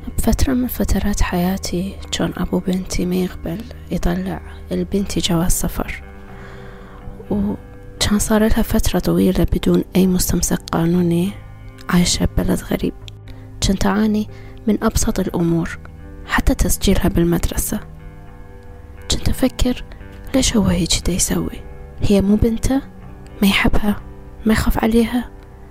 بفترة من فترات حياتي كان أبو بنتي ما يقبل يطلع البنتي جواز سفر، وكان صار لها فترة طويلة بدون أي مستمسك قانوني عايشة ببلد غريب. كنت أعاني من أبسط الأمور، حتى تسجيلها بالمدرسة. كنت أفكر ليش هو هيك دا يسوي؟ هي مو بنته؟ ما يحبها؟ ما يخاف عليها؟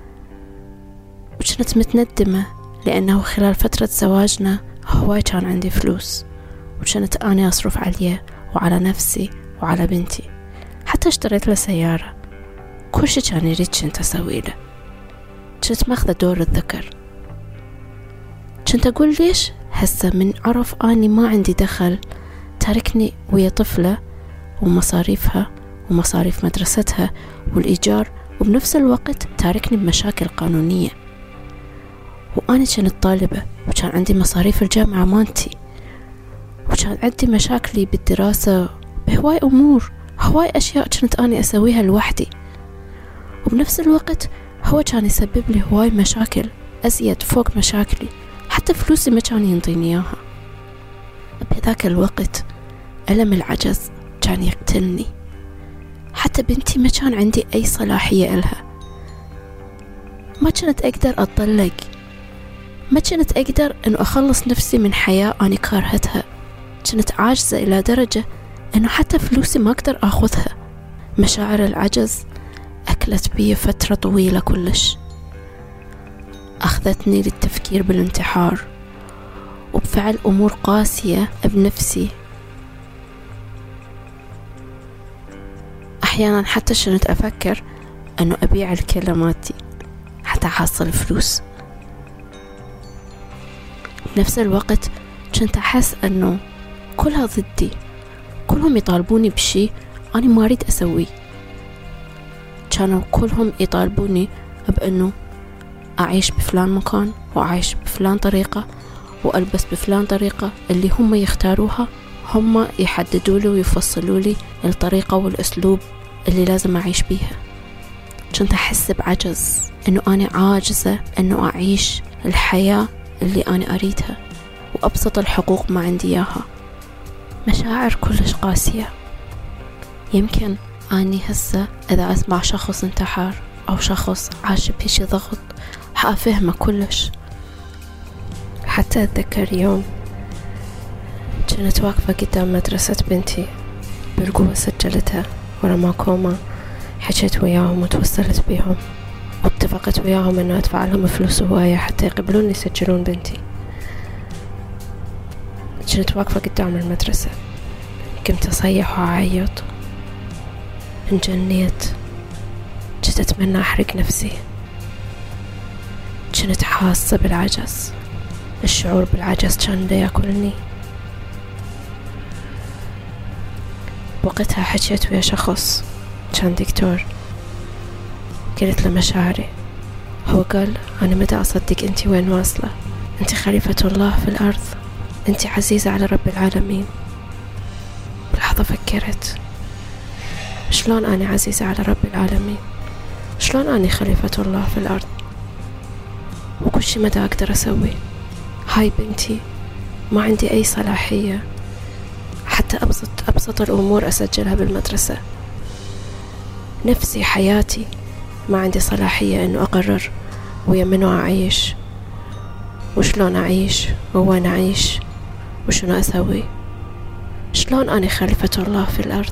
وكنت متندمة لأنه خلال فترة زواجنا هواي كان عندي فلوس، وكنت أنا أصرف عليه وعلى نفسي وعلى بنتي. حتى اشتريت له سيارة. كل شي كان يريد كنت أسوي له. كنت ماخذة دور الذكر. كنت أقول ليش هسه من عرف أني ما عندي دخل تاركني ويا طفلة ومصاريفها ومصاريف مدرستها والإيجار، وبنفس الوقت تاركني بمشاكل قانونية. وأنا كنت طالبة، وكان عندي مصاريف الجامعة مانتي، وكان عندي مشاكلي بالدراسة بهواي أمور، هواي أشياء كنت أنا أسويها لوحدي. وبنفس الوقت هو كان يسبب لي هواي مشاكل أزيد فوق مشاكلي، حتى فلوسي ما كان ينطيني إياها. بهذاك الوقت ألم العجز كان يقتلني. حتى بنتي ما كان عندي أي صلاحية إلها. ما كنت أقدر أطلق، ما كنت أقدر أنه أخلص نفسي من حياة أنا كارهتها. كنت عاجزة إلى درجة أنه حتى فلوسي ما أقدر أخذها. مشاعر العجز أكلت بي فترة طويلة كلش، أخذتني للتفكير بالانتحار وبفعل أمور قاسية بنفسي. أحيانا حتى كنت أفكر أنه أبيع الكلماتي حتى أحصل فلوس. بنفس الوقت كنت أحس أنه كلها ضدي، كلهم يطالبوني بشي أنا ما أريد أسويه. كانوا كلهم يطالبوني بأنه أعيش بفلان مكان وأعيش بفلان طريقة وألبس بفلان طريقة اللي هم يختاروها. هم يحددوا لي ويفصلوا لي الطريقة والأسلوب اللي لازم أعيش بيها. كنت أحس بعجز، أنه أنا عاجزة أنه أعيش الحياة اللي أنا أريدها، وأبسط الحقوق ما عندي إياها. مشاعر كلش قاسية. يمكن أني هسه إذا أسمع شخص انتحر أو شخص عاش بهيش ضغط حأفهمه كلش. حتى أتذكر يوم كنت واقفة قدام مدرسة بنتي بالقوة، سجلتها ورا ما كوما. حكيت وياهم وتوصلت بيهم واتفقت وياهم أنه أدفع لهم فلوس هواية حتى يقبلون يسجلون بنتي. كنت واقفة قدام المدرسة، كنت أصيح وأعيط، انجنيت، كنت أتمنى أحرق نفسي. كنت حاسة بالعجز، الشعور بالعجز كان دا ياكلني. وقتها حكيت ويا شخص كان دكتور، قلت له مشاعري. هو قال أنا متى أصدق أنت وين واصلة؟ أنت خليفة الله في الأرض، أنت عزيزة على رب العالمين. بلحظة فكرت، شلون أنا عزيزة على رب العالمين؟ شلون أنا خليفة الله في الأرض وكل شي متى أقدر أسوي؟ هاي بنتي، ما عندي أي صلاحية حتى أبسط الأمور أسجلها بالمدرسة. نفسي، حياتي، ما عندي صلاحية أنه أقرر ويا منو أعيش وشلون أعيش ووين أعيش وشنو أسوي. شلون أنا خليفة الله في الأرض؟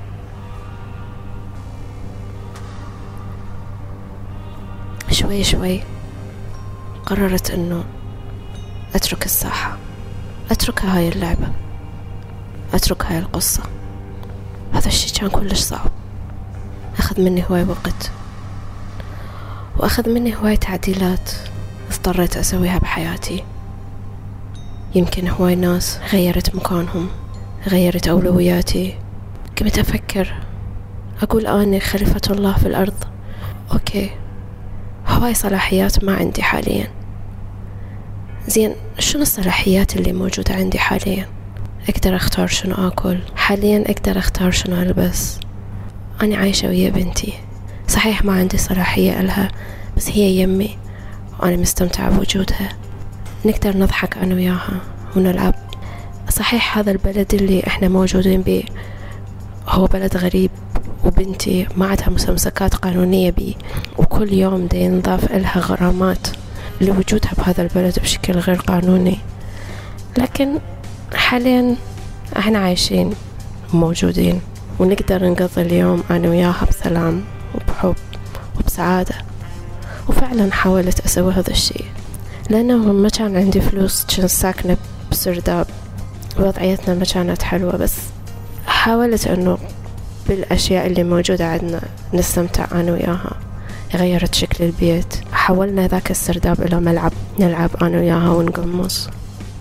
شوي شوي قررت أنه أترك الساحة، أترك هاي اللعبة، أترك هاي القصة. هذا الشيء كان كلش صعب، أخذ مني هواي وقت، وأخذ مني هواي تعديلات اضطريت أسويها بحياتي. يمكن هواي ناس غيرت مكانهم، غيرت أولوياتي. قمت أفكر، أقول أنا خليفة الله في الأرض، أوكي، هواي صلاحيات ما عندي حاليا. زين، شنو الصلاحيات اللي موجودة عندي حاليا؟ أقدر أختار شنو أكل حاليا، أقدر أختار شنو ألبس. أنا عايشة ويا بنتي، صحيح ما عندي صلاحية لها، بس هي يمي وأنا مستمتعة بوجودها. نقدر نضحك أنا وياها ونلعب. صحيح هذا البلد اللي إحنا موجودين به هو بلد غريب، وبنتي ما عندها مستمسكات قانونية بيه، وكل يوم دي ينضاف إلها غرامات لوجودها بهذا البلد بشكل غير قانوني. لكن حاليا احنا عايشين موجودين، ونقدر نقضي اليوم أنا وياها بسلام وبحب وبسعادة. وفعلا حاولت أسوي هذا الشيء، لأنه ما كان عندي فلوس، كنت ساكنة بسرداب، وضعيتنا ما كانت حلوة، بس حاولت أنه بالأشياء اللي موجودة عندنا نستمتع أنا وياها. غيرت شكل البيت، حولنا ذاك السرداب إلى ملعب نلعب أنا وياها ونقمص.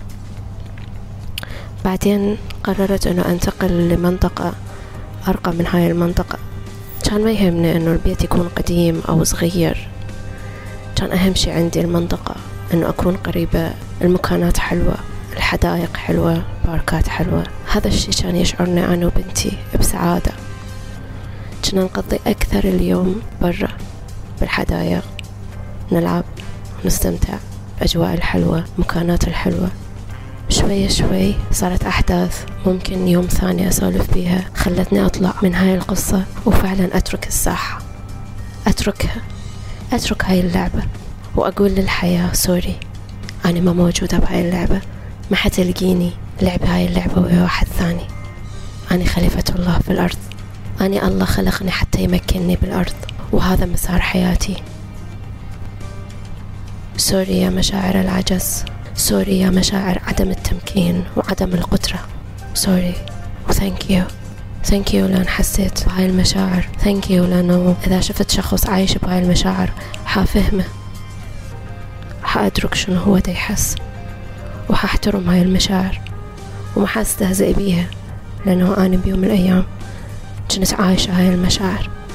بعدين قررت أنه أنتقل لمنطقة أرقى من هاي المنطقة. كان ما يهمني أنه البيت يكون قديم أو صغير، كان أهم شيء عندي المنطقة، أنه أكون قريبة، المكانات حلوة، الحدائق حلوة، باركات حلوة. هذا الشيء كان يشعرني أنا وبنتي بسعادة. كنا نقضي أكثر اليوم برا بالحدائق، نلعب ونستمتع بأجواء الحلوة، مكانات الحلوة. شوي شوي صارت أحداث ممكن يوم ثاني أسولف بيها خلتني أطلع من هاي القصة وفعلا أترك الساحة، أترك هاي اللعبة، وأقول للحياة سوري، أنا ما موجودة بهاي اللعبة، ما حتلقيني لعب هاي اللعبة ويا واحد ثاني. أنا خليفة الله في الأرض، أنا الله خلقني حتى يمكنني بالأرض، وهذا مسار حياتي. سوري يا مشاعر العجز، سوري يا مشاعر عدم التمكين وعدم القدرة، سوري وثانك يو لأن حسيت بهاي المشاعر، ثانك يو لأنه إذا شفت شخص عايش بهاي المشاعر حافهمه، حأدرك شنو هو دا يحس، وحاحترم هاي المشاعر وما حاستهزئ بيها، لأنه أنا بيوم من الأيام كنت عايشة هاي المشاعر.